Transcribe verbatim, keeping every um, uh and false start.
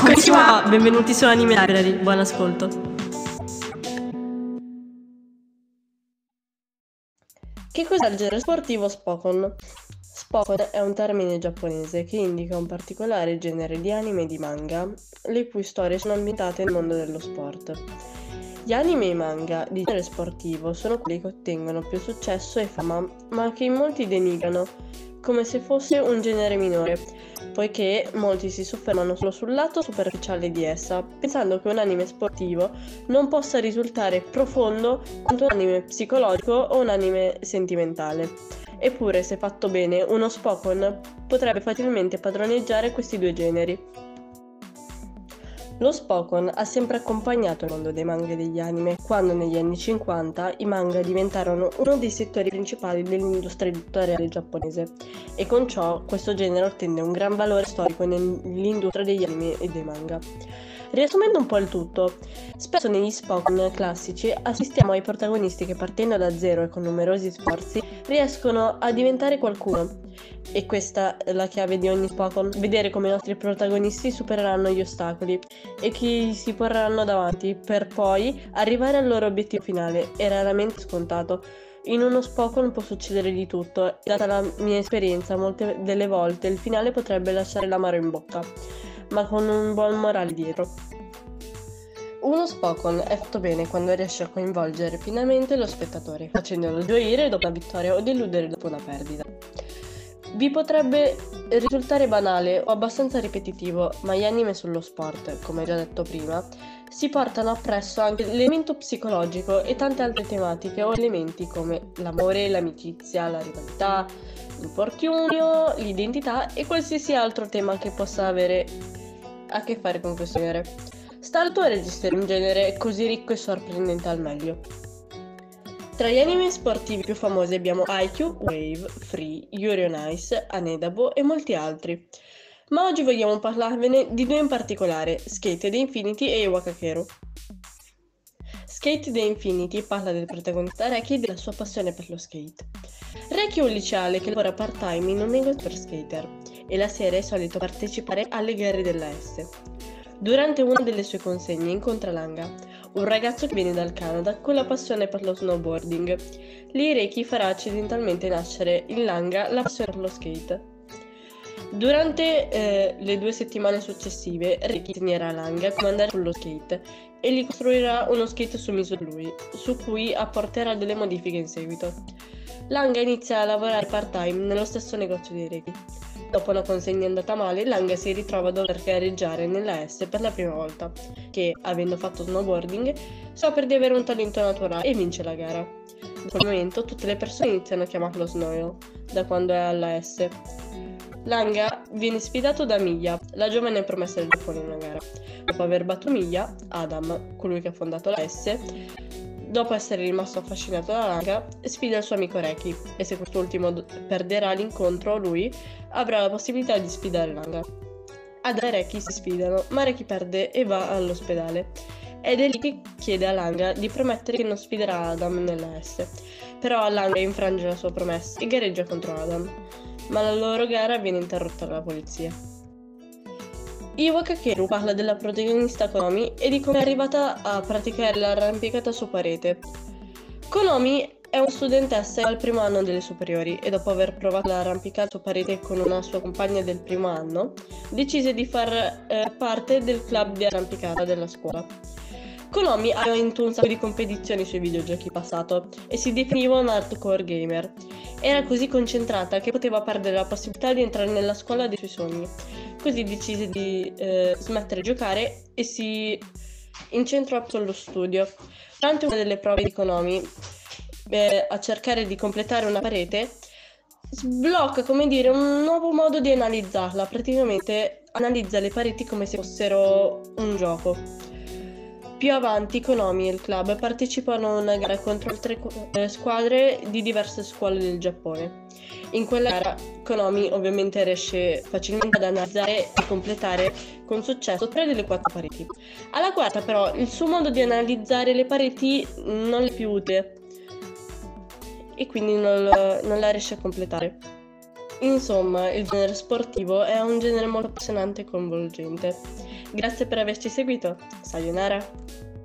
Konnichiwa, benvenuti su Anime Library, buon ascolto. Che cos'è il genere sportivo Spokon? Spokon è un termine giapponese che indica un particolare genere di anime e di manga, le cui storie sono ambientate nel mondo dello sport. Gli anime e i manga di genere sportivo sono quelli che ottengono più successo e fama, ma che in molti denigrano, come se fosse un genere minore, poiché molti si soffermano solo sul lato superficiale di essa, pensando che un anime sportivo non possa risultare profondo quanto un anime psicologico o un anime sentimentale. Eppure, se fatto bene, uno Spokon potrebbe facilmente padroneggiare questi due generi. Lo Spokon ha sempre accompagnato il mondo dei manga e degli anime, quando negli anni cinquanta i manga diventarono uno dei settori principali dell'industria editoriale giapponese, e con ciò questo genere ottenne un gran valore storico nell'industria degli anime e dei manga. Riassumendo un po' il tutto, spesso negli Spokon classici assistiamo ai protagonisti che, partendo da zero e con numerosi sforzi, riescono a diventare qualcuno. E questa è la chiave di ogni Spokon: vedere come i nostri protagonisti supereranno gli ostacoli e chi si porranno davanti per poi arrivare al loro obiettivo finale, e raramente scontato. In uno Spokon può succedere di tutto, e data la mia esperienza, molte delle volte il finale potrebbe lasciare l'amaro in bocca, ma con un buon morale dietro. Uno Spokon è fatto bene quando riesce a coinvolgere pienamente lo spettatore, facendolo gioire dopo una vittoria o deludere dopo una perdita. Vi potrebbe risultare banale o abbastanza ripetitivo, ma gli anime sullo sport, come già detto prima, si portano appresso anche l'elemento psicologico e tante altre tematiche o elementi come l'amore, l'amicizia, la rivalità, l'infortunio, l'identità e qualsiasi altro tema che possa avere a che fare con questo genere. Sta al tuo registrare un genere così ricco e sorprendente al meglio. Tra gli anime sportivi più famosi abbiamo Haikyuu, Wave, Free, Yuri on Ice, Anedabo e molti altri. Ma oggi vogliamo parlarvene di due in particolare: Skate the Infinity e Iwakakeru. Skate the Infinity parla del protagonista Reki e della sua passione per lo skate. Reki è un liceale che lavora part-time in un negozio per skater e la sera è solito partecipare alle gare della S. Durante una delle sue consegne incontra Langa, un ragazzo che viene dal Canada con la passione per lo snowboarding. Lì Reki farà accidentalmente nascere in Langa la passione per lo skate. Durante eh, le due settimane successive, Reki insegnerà a Langa come andare sullo skate e gli costruirà uno skate su misura di lui, su cui apporterà delle modifiche in seguito. Langa inizia a lavorare part-time nello stesso negozio di Reki. Dopo una consegna andata male, Langa si ritrova a dover gareggiare nella S per la prima volta, che, avendo fatto snowboarding, scopre di avere un talento naturale e vince la gara. Da quel momento tutte le persone iniziano a chiamarlo Snow, da quando è alla S. Langa viene sfidato da Miya, la giovane promessa del Giappone in una gara. Dopo aver battuto Miya, Adam, colui che ha fondato la S, dopo essere rimasto affascinato da Langa, sfida il suo amico Reki, e se quest'ultimo perderà l'incontro, lui avrà la possibilità di sfidare Langa. Adam e Reki si sfidano, ma Reki perde e va all'ospedale. Ed è lì che chiede a Langa di promettere che non sfiderà Adam nella S. Però Langa infrange la sua promessa e gareggia contro Adam, ma la loro gara viene interrotta dalla polizia. Iwakakeru parla della protagonista Konomi e di come è arrivata a praticare l'arrampicata su parete. Konomi è una studentessa al primo anno delle superiori e, dopo aver provato l'arrampicata su parete con una sua compagna del primo anno, decise di far eh, parte del club di arrampicata della scuola. Konomi ha vinto un sacco di competizioni sui videogiochi in passato e si definiva un hardcore gamer. Era così concentrata che poteva perdere la possibilità di entrare nella scuola dei suoi sogni. Così decise di eh, smettere di giocare e si incentrò sullo studio. Durante una delle prove di Konomi, eh, a cercare di completare una parete, sblocca, come dire, un nuovo modo di analizzarla. Praticamente analizza le pareti come se fossero un gioco. Più avanti Konomi e il club partecipano a una gara contro altre eh, squadre di diverse scuole del Giappone. In quella gara Konomi ovviamente riesce facilmente ad analizzare e completare con successo tre delle quattro pareti. Alla quarta però il suo modo di analizzare le pareti non è più utile e quindi non, non la riesce a completare. Insomma, il genere sportivo è un genere molto appassionante e coinvolgente. Grazie per averci seguito. Sayonara!